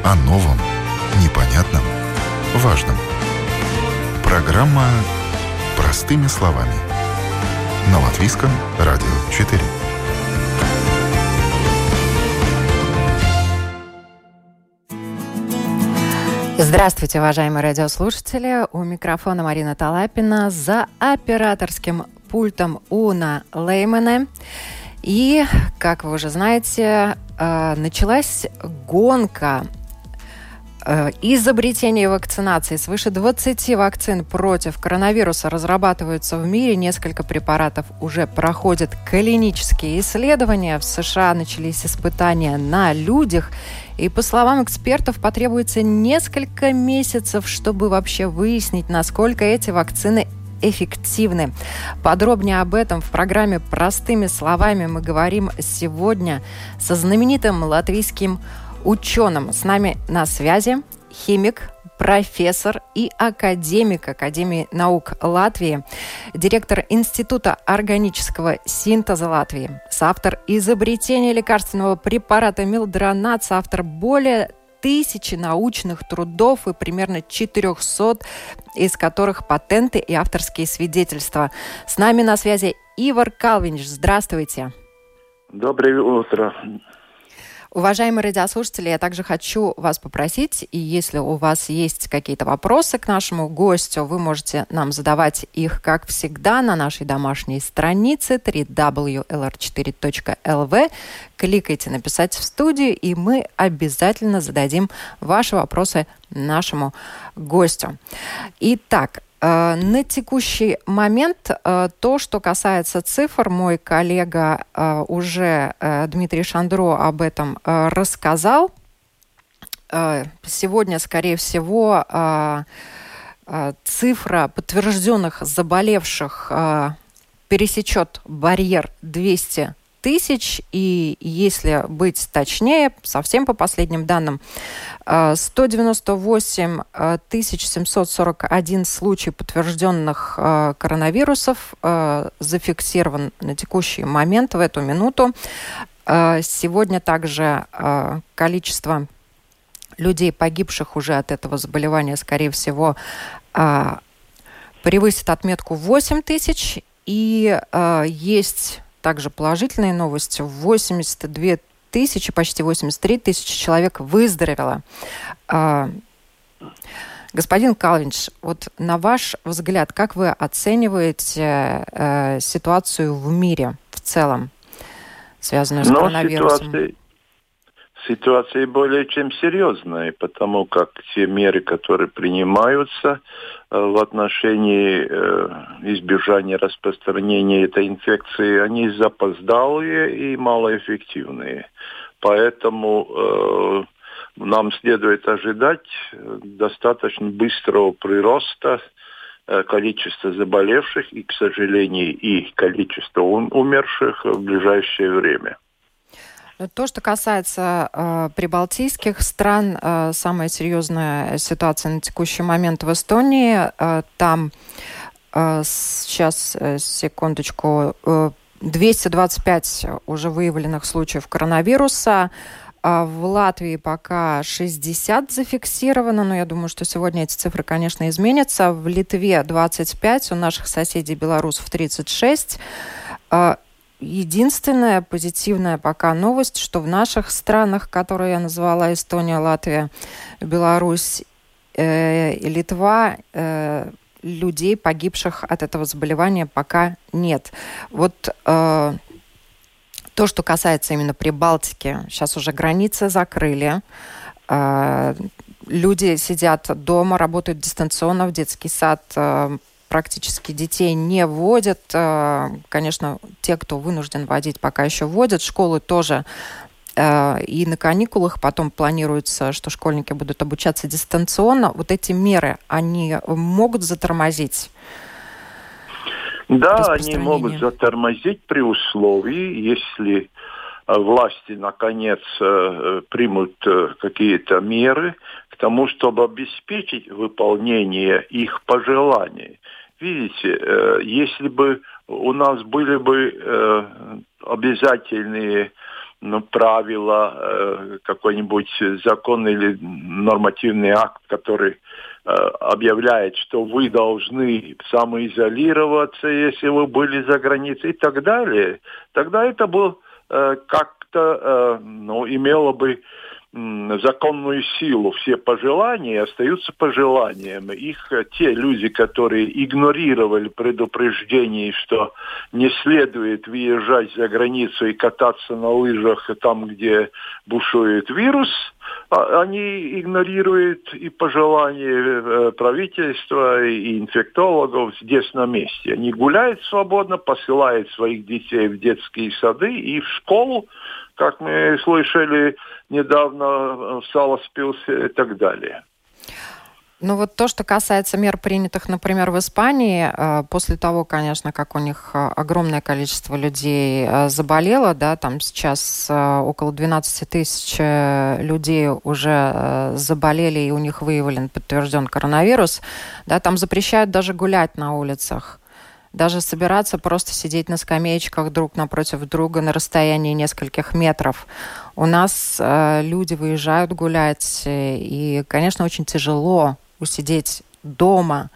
О новом, непонятном, важном. Программа «Простыми словами» на Латвийском радио 4. Здравствуйте, уважаемые радиослушатели. У микрофона Марина Талапина, за операторским пультом Уна Леймане. И, как вы уже знаете, началась гонка изобретения вакцинации. Свыше 20 вакцин против коронавируса разрабатываются в мире. Несколько препаратов уже проходят клинические исследования. В США начались испытания на людях. И, по словам экспертов, потребуется несколько месяцев, чтобы вообще выяснить, насколько эти вакцины эффективны. Подробнее об этом в программе «Простыми словами» мы говорим сегодня со знаменитым латвийским ученым. С нами на связи химик, профессор и академик Академии наук Латвии, директор Института органического синтеза Латвии, соавтор изобретения лекарственного препарата Милдронат, соавтор более 1000 научных трудов и примерно 400 из которых патенты и авторские свидетельства. С нами на связи Ивар Калвинш. Здравствуйте. Доброе утро. Уважаемые радиослушатели, я также хочу вас попросить, и если у вас есть какие-то вопросы к нашему гостю, вы можете нам задавать их, как всегда, на нашей домашней странице www.lr4.lv. Кликайте «Написать в студию», и мы обязательно зададим ваши вопросы нашему гостю. Итак, на текущий момент то, что касается цифр, мой коллега уже Дмитрий Шандро об этом рассказал. Сегодня, скорее всего, цифра подтвержденных заболевших пересечет барьер 200 тысяч, и если быть точнее, совсем по последним данным, 198 741 случай подтвержденных коронавирусов зафиксирован на текущий момент, в эту минуту. Сегодня также количество людей, погибших уже от этого заболевания, скорее всего, превысит отметку 8 тысяч, и есть также положительные новости. 82 тысячи, почти 83 тысячи человек выздоровело. Господин Калвинш, вот на ваш взгляд, как вы оцениваете ситуацию в мире в целом, связанную с коронавирусом? Ситуация более чем серьезная, потому как те меры, которые принимаются в отношении избежания распространения этой инфекции, они запоздалые и малоэффективные. Поэтому нам следует ожидать достаточно быстрого прироста количества заболевших и, к сожалению, и количества умерших в ближайшее время. То, что касается прибалтийских стран, самая серьезная ситуация на текущий момент в Эстонии. Там сейчас, секундочку, 225 уже выявленных случаев коронавируса. В Латвии пока 60 зафиксировано, но я думаю, что сегодня эти цифры, конечно, изменятся. В Литве 25, у наших соседей белорусов 36. Единственная позитивная пока новость, что в наших странах, которые я назвала Эстония, Латвия, Беларусь и Литва, людей, погибших от этого заболевания, пока нет. Вот то, что касается именно Прибалтики, сейчас уже границы закрыли, люди сидят дома, работают дистанционно, в детский сад практически детей не вводят. Конечно, те, кто вынужден водить, пока еще вводят. Школы тоже и на каникулах. Потом планируется, что школьники будут обучаться дистанционно. Вот эти меры, они могут затормозить? Да, они могут затормозить при условии, если власти наконец примут какие-то меры к тому, чтобы обеспечить выполнение их пожеланий. Видите, если бы у нас были бы обязательные правило, какой-нибудь закон или нормативный акт, который объявляет, что вы должны самоизолироваться, если вы были за границей и так далее, тогда это был как-то, имело бы законную силу. Все пожелания остаются пожеланиями. Те люди, которые игнорировали предупреждение, что не следует въезжать за границу и кататься на лыжах там, где бушует вирус, они игнорируют и пожелания правительства, и инфектологов здесь на месте. Они гуляют свободно, посылают своих детей в детские сады и в школу, как мы слышали недавно в Саласпилсе и так далее. Ну вот то, что касается мер, принятых, например, в Испании, после того, конечно, как у них огромное количество людей заболело, да, там сейчас около 12 тысяч людей уже заболели, и у них выявлен, подтвержден коронавирус, да, там запрещают даже гулять на улицах. Даже собираться, просто сидеть на скамеечках друг напротив друга на расстоянии нескольких метров. У нас люди выезжают гулять, и, конечно, очень тяжело усидеть дома,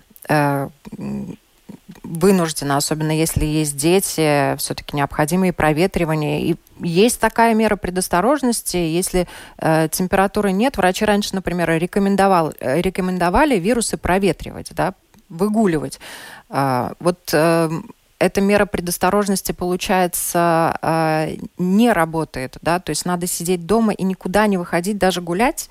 вынужденно, особенно если есть дети, все-таки необходимо и проветривание. И есть такая мера предосторожности, если температуры нет. Врачи раньше, например, рекомендовали вирусы проветривать, да, выгуливать. Эта мера предосторожности, получается, не работает, да? То есть надо сидеть дома и никуда не выходить, даже гулять?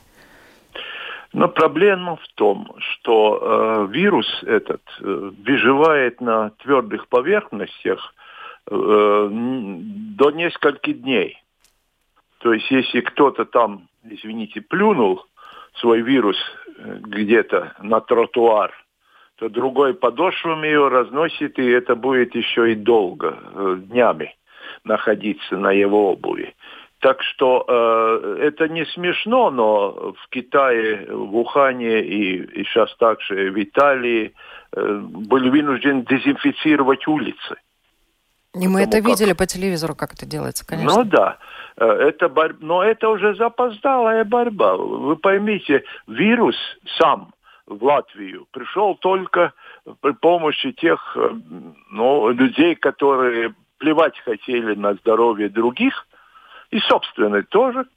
Но проблема в том, что вирус этот выживает на твердых поверхностях до нескольких дней. То есть если кто-то там, извините, плюнул свой вирус где-то на тротуар, то другой подошвами ее разносит, и это будет еще и долго, днями находиться на его обуви. Так что это не смешно, но в Китае, в Ухане и сейчас также в Италии были вынуждены дезинфицировать улицы. И мы это видели по телевизору, как это делается, конечно. Ну да, но это уже запоздалая борьба. Вы поймите, вирус сам в Латвию пришел только при помощи тех людей, которые плевать хотели на здоровье других, и собственно тоже,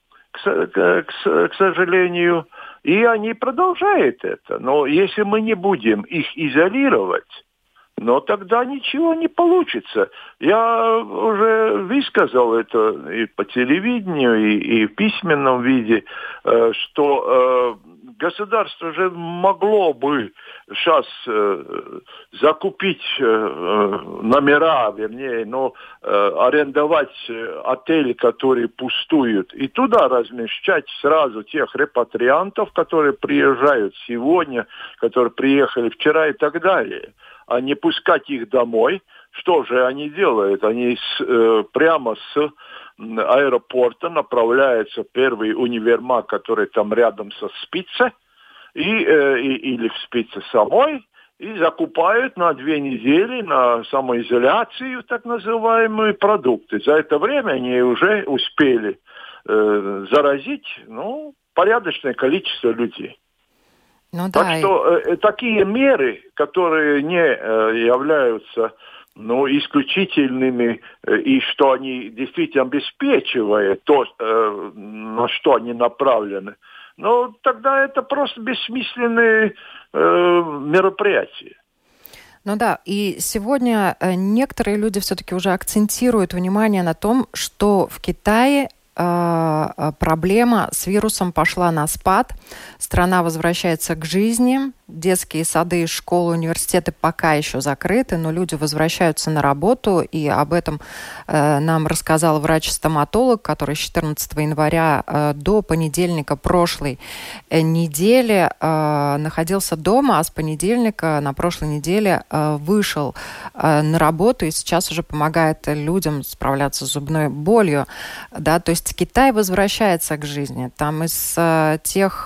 к сожалению, и они продолжают это. Но если мы не будем их изолировать, тогда ничего не получится. Я уже высказал это и по телевидению, и в письменном виде, что государство же могло бы сейчас закупить номера, арендовать отели, которые пустуют, и туда размещать сразу тех репатриантов, которые приезжают сегодня, которые приехали вчера и так далее, а не пускать их домой. Что же они делают? Они прямо с аэропорта направляются в первый универмаг, который там рядом со Спице, или в Спице самой, и закупают на 2 недели на самоизоляцию так называемые продукты. За это время они уже успели заразить порядочное количество людей. Так что такие меры, которые не являются исключительными, и что они действительно обеспечивают то, на что они направлены, тогда это просто бессмысленные мероприятия. И сегодня некоторые люди все-таки уже акцентируют внимание на том, что в Китае проблема с вирусом пошла на спад. Страна возвращается к жизни. Детские сады, школы, университеты пока еще закрыты, но люди возвращаются на работу. И об этом нам рассказал врач-стоматолог, который с 14 января до понедельника прошлой недели находился дома, а с понедельника на прошлой неделе вышел на работу и сейчас уже помогает людям справляться с зубной болью. Да, то есть Китай возвращается к жизни. Там из тех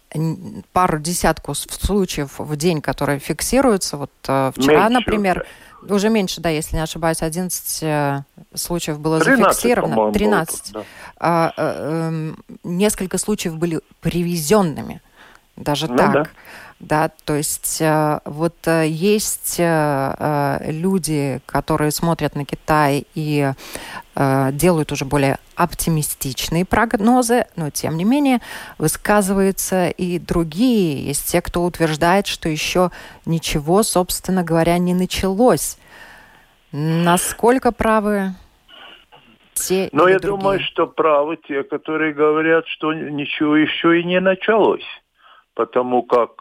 пару десятков случаев в день, которые фиксируются, вчера, например, Уже меньше, да, если не ошибаюсь, 11 случаев было зафиксировано. 13. Да. Несколько случаев были привезенными. Даже так. Да. Да, то есть вот есть люди, которые смотрят на Китай и делают уже более оптимистичные прогнозы, но тем не менее высказываются и другие. Есть те, кто утверждает, что еще ничего, собственно говоря, не началось. Насколько правы те или другие? Я думаю, что правы те, которые говорят, что ничего еще и не началось. Потому как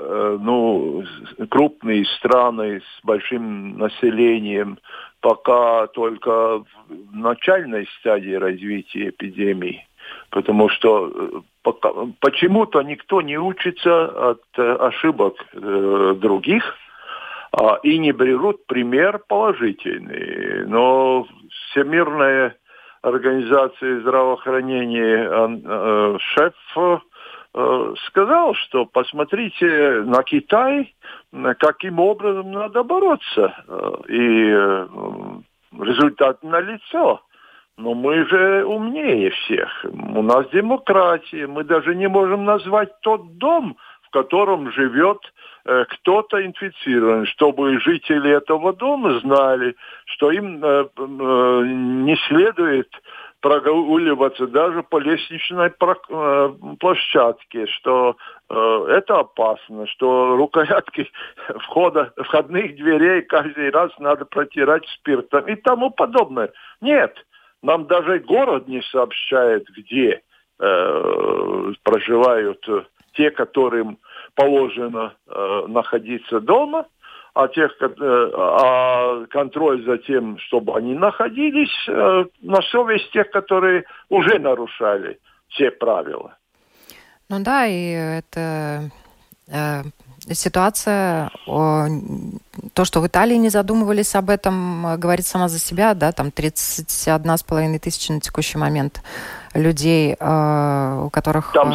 крупные страны с большим населением пока только в начальной стадии развития эпидемии. Потому что почему-то никто не учится от ошибок других и не берут пример положительный. Но Всемирная организация здравоохранения шеф сказал, что посмотрите на Китай, каким образом надо бороться. И результат налицо. Но мы же умнее всех. У нас демократия. Мы даже не можем назвать тот дом, в котором живет кто-то инфицирован, чтобы жители этого дома знали, что им не следует прогуливаться даже по лестничной площадке, что это опасно, что рукоятки входных дверей каждый раз надо протирать спиртом и тому подобное. Нет, нам даже город не сообщает, где проживают те, которым положено находиться дома, а контроль за тем, чтобы они находились на совесть тех, которые уже нарушали все правила. Ну да, и это ситуация, то, что в Италии не задумывались об этом, говорит сама за себя, да, там 31,5 тысячи на текущий момент людей, у которых... Там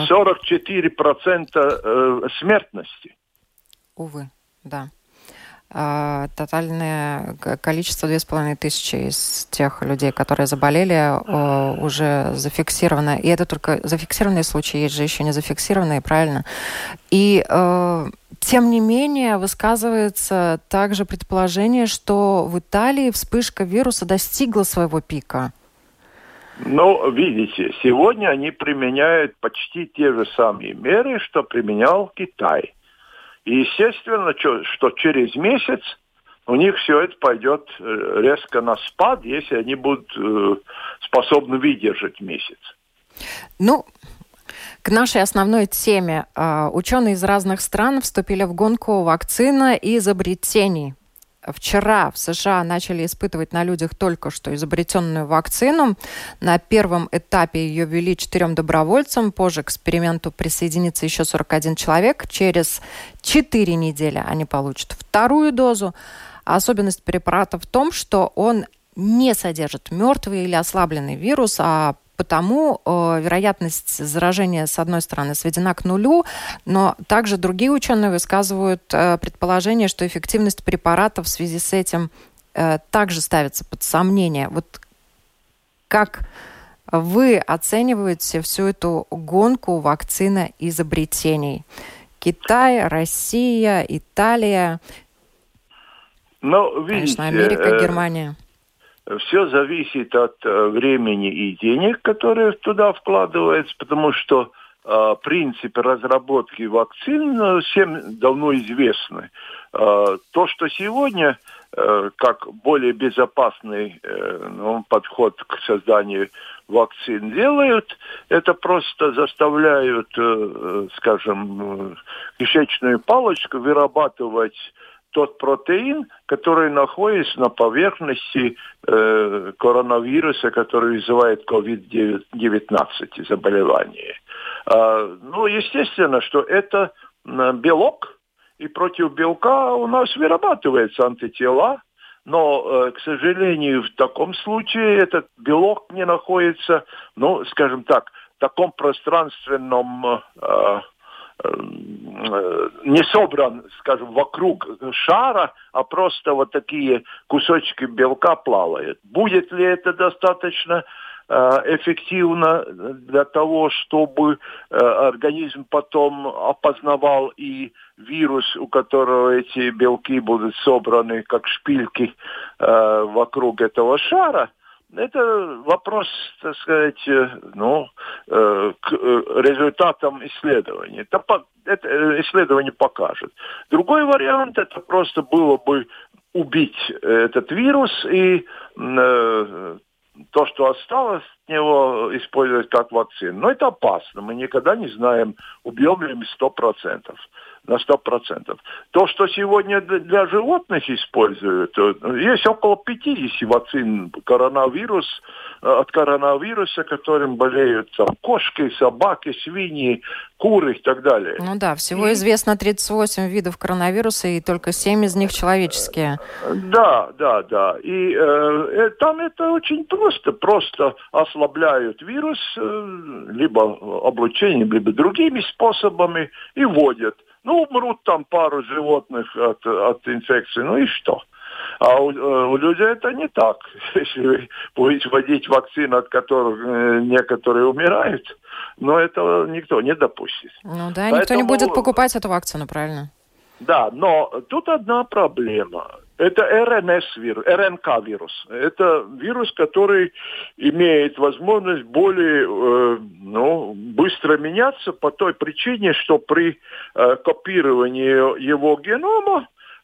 44% смертности. Увы, да. Тотальное количество 2500 из тех людей, которые заболели, уже зафиксировано. И это только зафиксированные случаи, есть же еще не зафиксированные, правильно? И тем не менее высказывается также предположение, что в Италии вспышка вируса достигла своего пика. Ну, видите, сегодня они применяют почти те же самые меры, что применял Китай. И естественно, что через месяц у них все это пойдет резко на спад, если они будут способны выдержать месяц. Ну, к нашей основной теме. Ученые из разных стран вступили в гонку вакцин и изобретений. Вчера в США начали испытывать на людях только что изобретенную вакцину. На первом этапе ее ввели 4 добровольцам. Позже к эксперименту присоединится еще 41 человек. Через 4 недели они получат вторую дозу. Особенность препарата в том, что он не содержит мертвый или ослабленный вирус, а потому вероятность заражения, с одной стороны, сведена к нулю, но также другие ученые высказывают предположение, что эффективность препарата в связи с этим также ставится под сомнение. Вот как вы оцениваете всю эту гонку вакцина-изобретений? Китай, Россия, Италия, конечно, Америка, Германия. Все зависит от времени и денег, которые туда вкладываются, потому что принципы разработки вакцин всем давно известны. То, что сегодня как более безопасный подход к созданию вакцин делают, это просто заставляют, скажем, кишечную палочку вырабатывать тот протеин, который находится на поверхности коронавируса, который вызывает COVID-19 заболевание. Естественно, что это белок, и против белка у нас вырабатываются антитела, но, к сожалению, в таком случае этот белок не находится, скажем так, в таком пространственном не собран, скажем, вокруг шара, а просто вот такие кусочки белка плавают. Будет ли это достаточно эффективно для того, чтобы организм потом опознавал и вирус, у которого эти белки будут собраны как шпильки вокруг этого шара? Это вопрос, так сказать, к результатам исследований. Это исследование покажет. Другой вариант, это просто было бы убить этот вирус и то, что осталось от него, использовать как вакцину. Но это опасно. Мы никогда не знаем, убьем ли мы 100%. На 100%. То, что сегодня для животных используют, есть около 50 вакцин от коронавируса, которым болеют кошки, собаки, свиньи, куры и так далее. Ну да, всего известно 38 видов коронавируса, и только 7 из них человеческие. Да. И там это очень просто ослабляют вирус, либо облучением, либо другими способами, и вводят. Умрут там пару животных от инфекции, и что? А у людей это не так. Если вы будете вводить вакцины, от которых некоторые умирают, этого никто не допустит. Поэтому... никто не будет покупать эту вакцину, правильно? Да, но тут одна проблема. Это РНК-вирус. Это вирус, который имеет возможность более быстро меняться по той причине, что при копировании его генома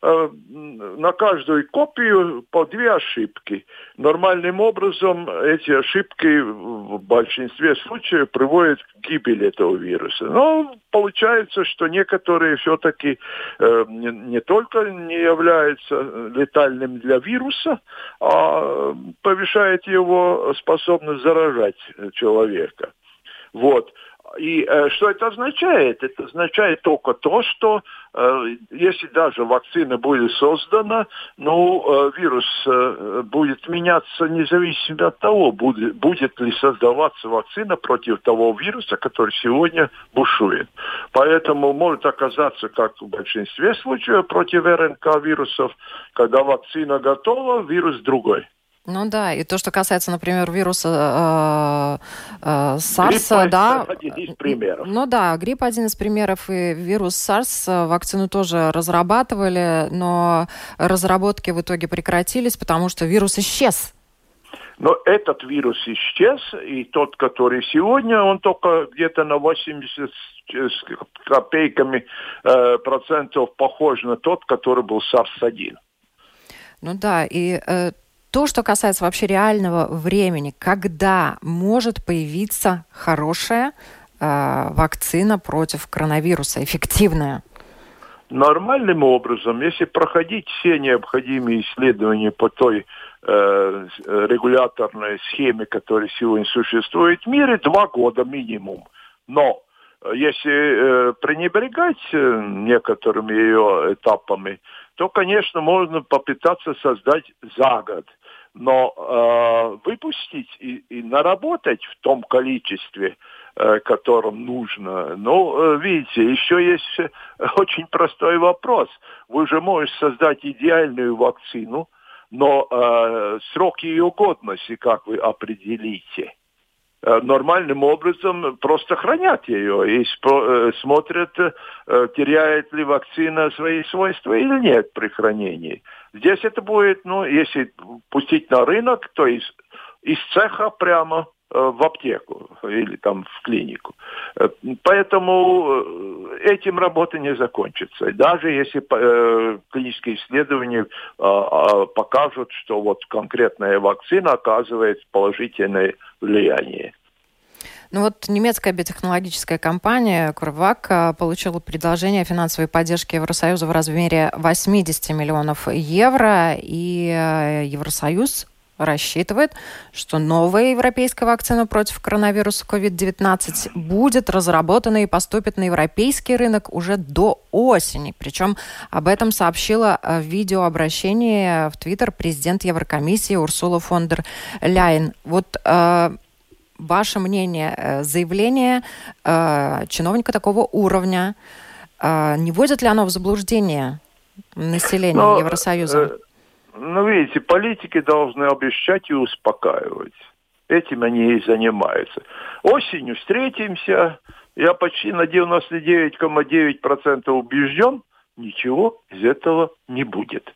на каждую копию по 2 ошибки. Нормальным образом эти ошибки в большинстве случаев приводят к гибели этого вируса. Но получается, что некоторые все-таки не только не являются летальным для вируса, а повышает его способность заражать человека. Вот. И что это означает? Это означает только то, что если даже вакцина будет создана, вирус будет меняться независимо от того, будет ли создаваться вакцина против того вируса, который сегодня бушует. Поэтому может оказаться, как в большинстве случаев против РНК-вирусов, когда вакцина готова, вирус другой. И то, что касается, например, вируса SARS, да. Один из примеров. Грипп один из примеров, и вирус SARS, вакцину тоже разрабатывали, но разработки в итоге прекратились, потому что вирус исчез. Но этот вирус исчез, и тот, который сегодня, он только где-то на 80 с копейками процентов похож на тот, который был SARS-1. И... То, что касается вообще реального времени, когда может появиться хорошая вакцина против коронавируса, эффективная? Нормальным образом, если проходить все необходимые исследования по той регуляторной схеме, которая сегодня существует в мире, 2 года минимум. Но если пренебрегать некоторыми ее этапами, то, конечно, можно попытаться создать за год. Но выпустить и наработать в том количестве, которым нужно, видите, еще есть очень простой вопрос. Вы же можете создать идеальную вакцину, но срок ее годности, как вы определите? Нормальным образом просто хранят ее и смотрят, теряет ли вакцина свои свойства или нет при хранении. Здесь это будет, если пустить на рынок, то из цеха прямо в аптеку или там в клинику. Поэтому этим работа не закончится. Даже если клинические исследования покажут, что вот конкретная вакцина оказывает положительное влияние. Немецкая биотехнологическая компания CureVac получила предложение о финансовой поддержке Евросоюза в размере 80 миллионов евро, и Евросоюз рассчитывает, что новая европейская вакцина против коронавируса COVID-19 будет разработана и поступит на европейский рынок уже до осени. Причем об этом сообщила в видеообращении в Твиттер президент Еврокомиссии Урсула фон дер Ляйен. ваше мнение, заявление чиновника такого уровня, не вводит ли оно в заблуждение население Евросоюза? Видите, политики должны обещать и успокаивать. Этим они и занимаются. Осенью встретимся. Я почти на 99,9% убежден, ничего из этого не будет.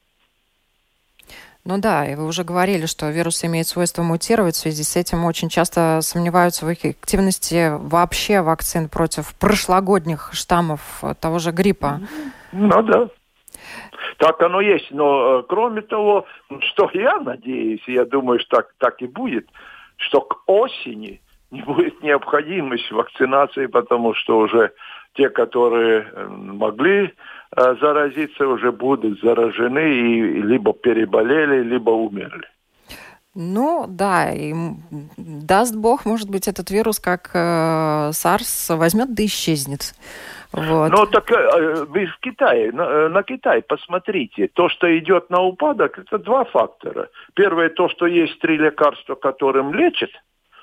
Ну да, и вы уже говорили, что вирус имеет свойство мутировать. В связи с этим очень часто сомневаются в эффективности вообще вакцин против прошлогодних штаммов того же гриппа. Ну да. Так оно есть. Но кроме того, что я надеюсь, я думаю, что так и будет, что к осени не будет необходимости вакцинации, потому что уже те, которые могли заразиться, уже будут заражены и либо переболели, либо умерли. Ну да, и даст Бог, может быть, этот вирус, как SARS, возьмет да исчезнет. Вот. Ну так вы в Китае, на Китай посмотрите. То, что идет на упадок, это два фактора. Первое, то, что есть 3 лекарства, которым лечат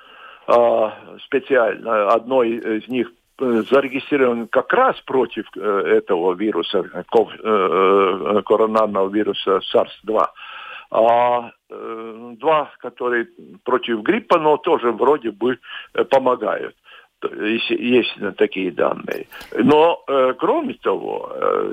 специально. Одно из них зарегистрирован как раз против этого вируса, коронарного вируса SARS-2. А 2, которые против гриппа, но тоже вроде бы помогают. Есть такие данные. Но, кроме того,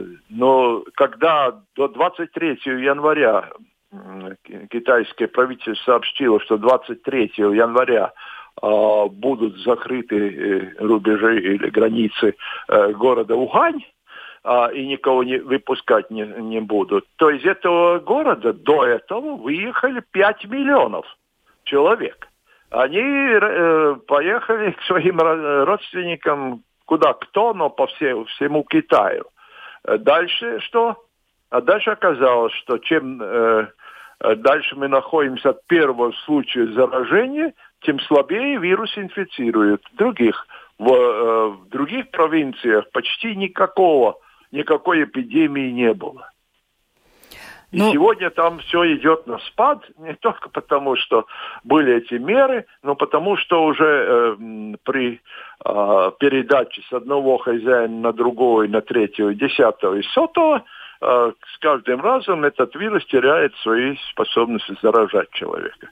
когда до 23 января китайское правительство сообщило, что 23 января будут закрыты рубежи или границы города Ухань, и никого не выпускать не будут, то из этого города до этого выехали 5 миллионов человек. Они поехали к своим родственникам куда кто, но по всему Китаю. Дальше что? А дальше оказалось, что чем дальше мы находимся от первого случая заражения, тем слабее вирус инфицирует. В других провинциях почти никакой эпидемии не было. И сегодня там все идет на спад, не только потому, что были эти меры, но потому, что уже при передаче с одного хозяина на другого, на третьего, 10-го и 100-го, с каждым разом этот вирус теряет свои способности заражать человека.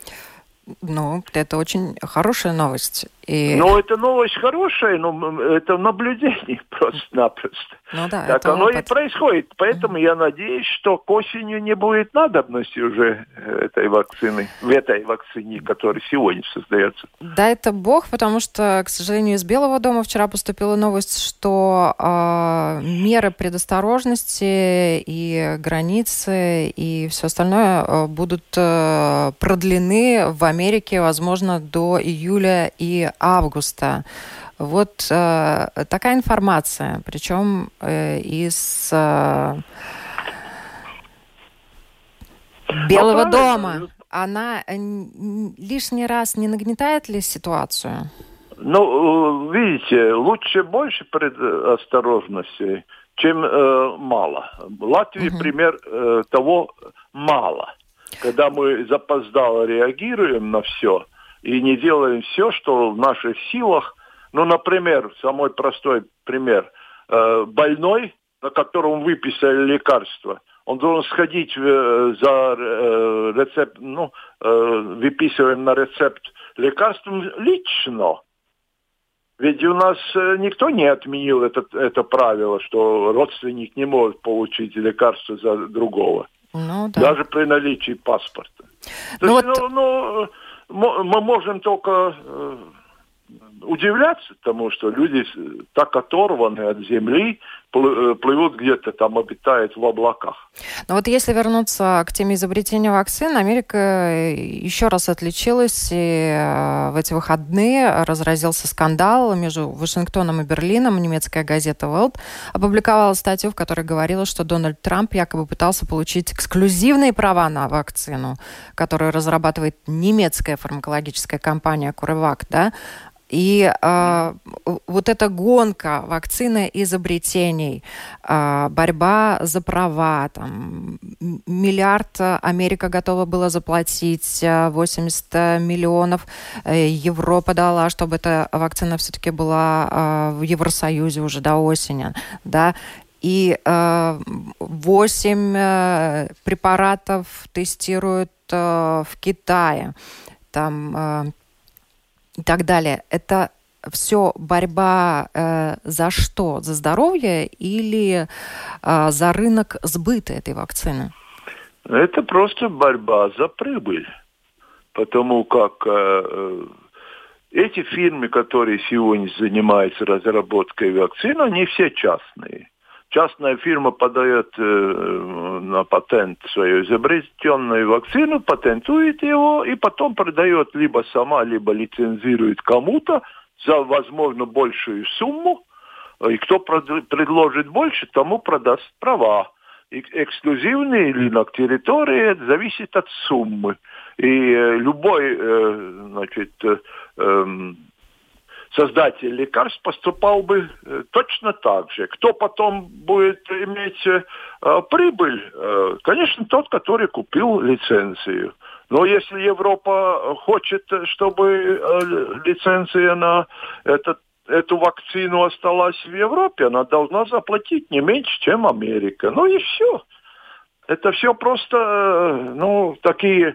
Ну, это очень хорошая новость. Ну, это новость хорошая, но это наблюдение просто-напросто. Ну, да, так оно опыт. И происходит. Поэтому я надеюсь, что к осени не будет надобности уже в этой вакцине, которая сегодня создается. Да, это Бог, потому что, к сожалению, из Белого дома вчера поступила новость, что меры предосторожности и границы и все остальное будут продлены в Америке, возможно, до июля и августа. Вот такая информация, причем из Белого дома. Она лишний раз не нагнетает ли ситуацию? Ну, видите, лучше больше предосторожности, чем мало. В Латвии пример того мало. Когда мы запоздало реагируем на все и не делаем все, что в наших силах. Ну, например, самый простой пример. Больной, на котором выписали лекарство, он должен сходить за рецепт, выписываем на рецепт лекарством лично. Ведь у нас никто не отменил это правило, что родственник не может получить лекарство за другого. Ну, да. Даже при наличии паспорта. То есть, мы можем только удивляться тому, что люди так оторваны от земли, плывут где-то там, обитают в облаках. Но вот если вернуться к теме изобретения вакцин, Америка еще раз отличилась, и в эти выходные разразился скандал между Вашингтоном и Берлином. Немецкая газета Welt опубликовала статью, в которой говорила, что Дональд Трамп якобы пытался получить эксклюзивные права на вакцину, которую разрабатывает немецкая фармакологическая компания CureVac, да? И вот эта гонка вакциноизобретений, борьба за права, там, миллиард Америка готова была заплатить, 80 миллионов Европа дала, чтобы эта вакцина все-таки была в Евросоюзе уже до осени, да, и 8 препаратов тестируют в Китае, там и так далее. Это все борьба за что? За здоровье или за рынок сбыта этой вакцины? Это просто борьба за прибыль. Потому как эти фирмы, которые сегодня занимаются разработкой вакцин, они все частные. Частная фирма подает на патент свою изобретенную вакцину, патентует его и потом продает либо сама, либо лицензирует кому-то за, возможно, большую сумму. И кто предложит больше, тому продаст права. И эксклюзивный рынок территории зависит от суммы. И любой, создатель лекарств поступал бы точно так же. Кто потом будет иметь прибыль? Конечно, тот, который купил лицензию. Но если Европа хочет, чтобы лицензия на эту вакцину осталась в Европе, она должна заплатить не меньше, чем Америка. Ну и все. Это все просто, такие...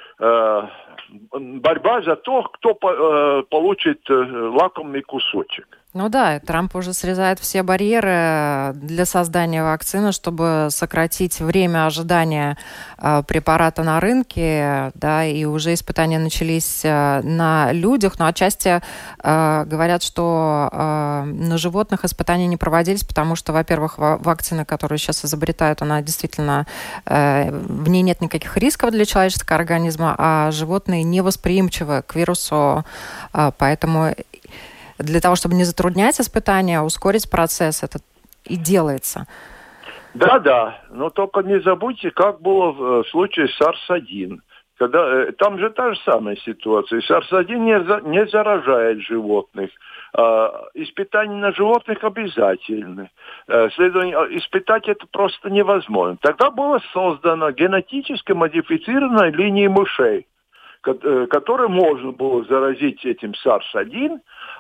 борьба за то, кто получит лакомый кусочек. Ну да, Трамп уже срезает все барьеры для создания вакцины, чтобы сократить время ожидания препарата на рынке, да, и уже испытания начались на людях, но отчасти говорят, что на животных испытания не проводились, потому что, во-первых, вакцина, которую сейчас изобретают, она действительно, в ней нет никаких рисков для человеческого организма, а животные невосприимчивы к вирусу, поэтому для того, чтобы не затруднять испытания, ускорить процесс, это и делается. Да, но только не забудьте, как было в случае с SARS-1. Там же та же самая ситуация. SARS-1 не заражает животных. Испытания на животных обязательны. Следовательно, испытать это просто невозможно. Тогда была создана генетически модифицированная линия мышей, которой можно было заразить этим SARS-1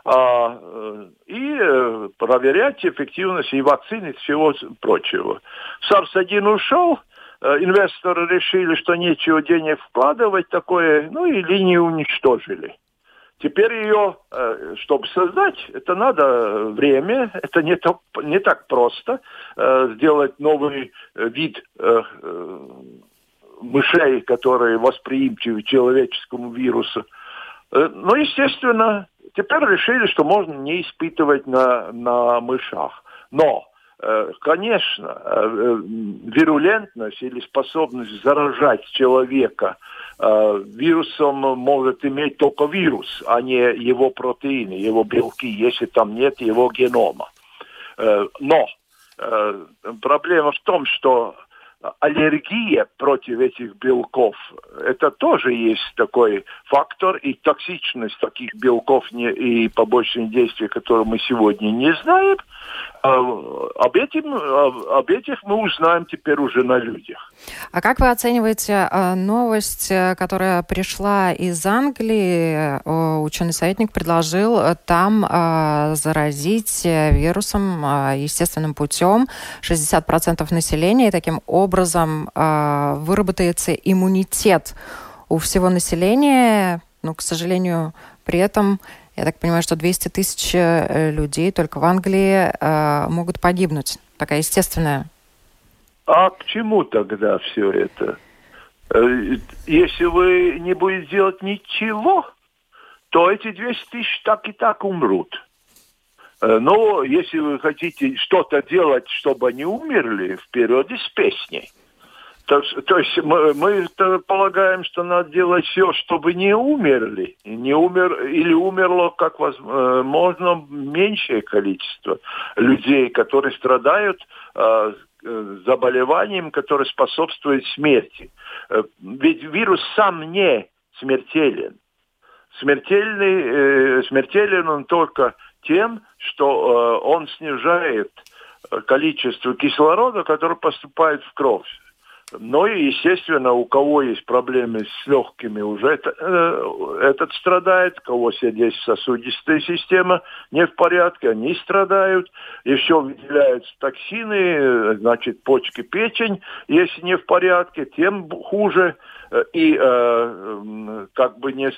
и проверять эффективность и вакцин, и всего прочего. SARS-1 ушел, инвесторы решили, что нечего денег вкладывать такое, и линию уничтожили. Теперь ее, чтобы создать, это надо время, это не так просто сделать новый вид мышей, которые восприимчивы к человеческому вирусу. Естественно, теперь решили, что можно не испытывать на мышах. Но, конечно, вирулентность или способность заражать человека вирусом может иметь только вирус, а не его протеины, его белки, если там нет его генома. Но проблема в том, что аллергия против этих белков, это тоже есть такой фактор, и токсичность таких белков и побочные действия, которые мы сегодня не знаем, об этих мы узнаем теперь уже на людях. А как вы оцениваете новость, которая пришла из Англии? Ученый советник предложил там заразить вирусом естественным путем 60% населения, и таким образом выработается иммунитет у всего населения, но, к сожалению, при этом, я так понимаю, что 200 тысяч людей только в Англии могут погибнуть. Такая естественная. А к чему тогда все это? Если вы не будете делать ничего, то эти 200 тысяч так и так умрут. Но если вы хотите что-то делать, чтобы они умерли, вперед из песни. То есть мы полагаем, что надо делать все, чтобы не умерли, или умерло как можно меньшее количество людей, которые страдают заболеванием, которое способствует смерти. Ведь вирус сам не смертелен. смертелен он только тем, что он снижает количество кислорода, которое поступает в кровь. Но и, естественно, у кого есть проблемы с легкими, уже этот страдает, у кого сердечно-сосудистая система не в порядке, они страдают. Еще выделяются токсины, значит, почки, печень, если не в порядке, тем хуже. И как бы не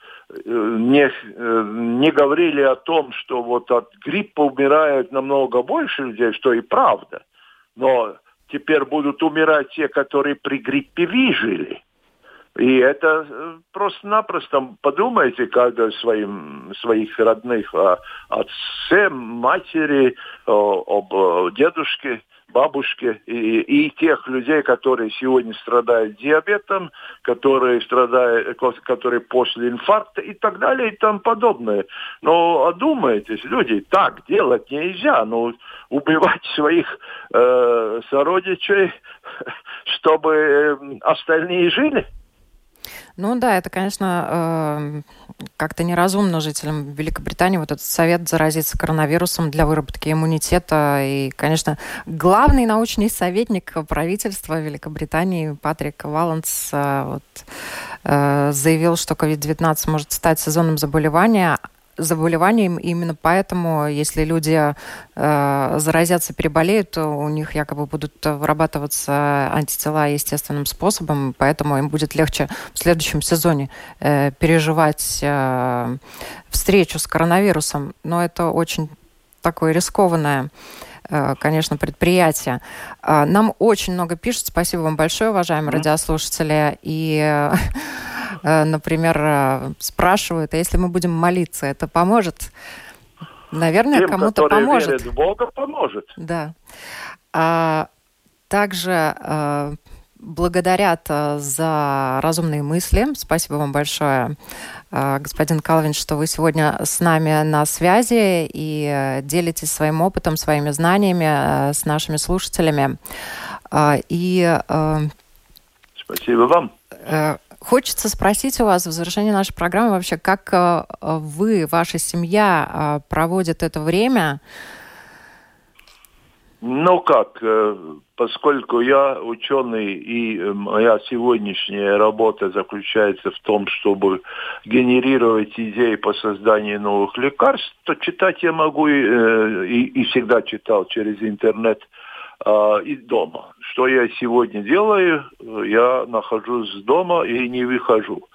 говорили о том, что вот от гриппа умирают намного больше людей, что и правда. Но теперь будут умирать те, которые при гриппе выжили. И это просто-напросто подумайте, когда своих родных, о отце, матери, об дедушке, бабушке и тех людей, которые сегодня страдают диабетом, которые после инфаркта и так далее и тому подобное. Но одумайтесь, люди, так делать нельзя. Ну, убивать своих сородичей, чтобы остальные жили. Ну да, это, конечно, как-то неразумно жителям Великобритании вот этот совет заразиться коронавирусом для выработки иммунитета. И, конечно, главный научный советник правительства Великобритании Патрик Валланс заявил, что COVID-19 может стать сезонным заболеванием. Именно поэтому, если люди заразятся, переболеют, у них якобы будут вырабатываться антитела естественным способом, поэтому им будет легче в следующем сезоне переживать встречу с коронавирусом. Но это очень такое рискованное, конечно, предприятие. Нам очень много пишут. Спасибо вам большое, уважаемые радиослушатели. И например, спрашивают, а если мы будем молиться, это поможет? Наверное, тем, кому-то поможет. Верят в Бога, поможет. Да. Также благодарят за разумные мысли. Спасибо вам большое, господин Калвин, что вы сегодня с нами на связи и делитесь своим опытом, своими знаниями с нашими слушателями. Спасибо вам. Хочется спросить у вас в завершении нашей программы вообще, как вы, ваша семья проводит это время? Ну как, поскольку я ученый и моя сегодняшняя работа заключается в том, чтобы генерировать идеи по созданию новых лекарств, то читать я могу и всегда читал через интернет и дома. Что я сегодня делаю? Я нахожусь дома и не выхожу.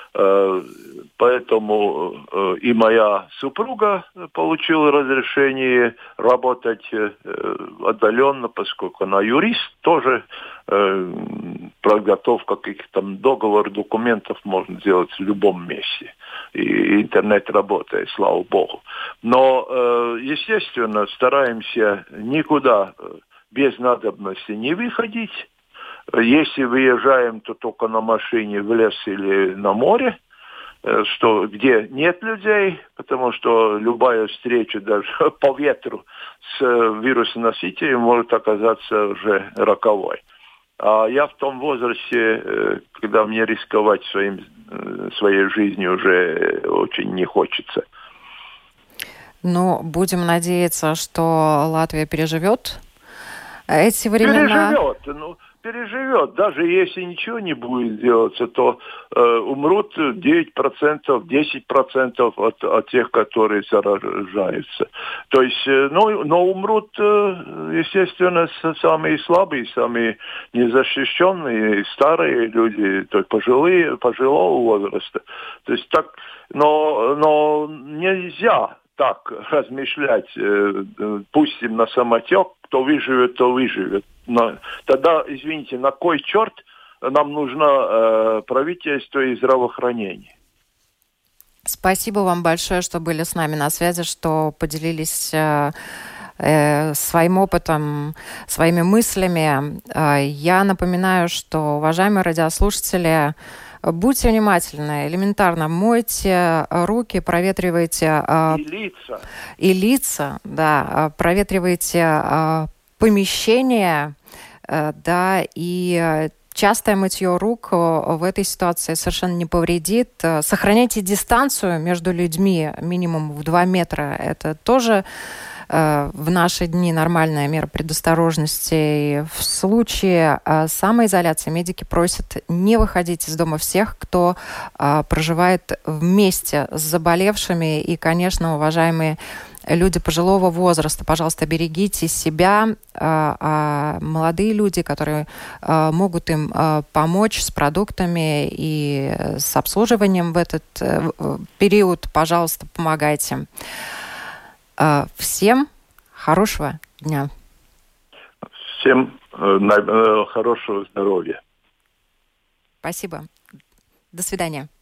Поэтому и моя супруга получила разрешение работать отдаленно, поскольку она юрист, тоже подготовка каких-то договоров, документов можно сделать в любом месте. И интернет работает, слава богу. Но, естественно, стараемся никуда без надобности не выходить. Если выезжаем, то только на машине в лес или на море, где нет людей, потому что любая встреча даже по ветру с вирусоносителем может оказаться уже роковой. А я в том возрасте, когда мне рисковать своей жизнью уже очень не хочется. Ну, будем надеяться, что Латвия переживет эти времена. Переживет. Даже если ничего не будет делаться, то умрут 9%, 10% от тех, которые заражаются. То есть, но умрут, естественно, самые слабые, самые незащищенные, старые люди, то есть пожилого возраста. То есть так, но нельзя так размышлять, пустим на самотек, кто выживет, то выживет. Но тогда, извините, на кой черт нам нужно правительство и здравоохранение? Спасибо вам большое, что были с нами на связи, что поделились своим опытом, своими мыслями. Я напоминаю, что, уважаемые радиослушатели, будьте внимательны, элементарно мойте руки, проветривайте... И лица, да, проветривайте помещение, да, и Частое мытье рук в этой ситуации совершенно не повредит. Сохраняйте дистанцию между людьми минимум в 2 метра. Это тоже в наши дни нормальная мера предосторожности. И в случае самоизоляции медики просят не выходить из дома всех, кто проживает вместе с заболевшими. И, конечно, уважаемые люди пожилого возраста, пожалуйста, берегите себя. Молодые люди, которые могут им помочь с продуктами и с обслуживанием в этот период, пожалуйста, помогайте. Всем хорошего дня. Всем хорошего здоровья. Спасибо. До свидания.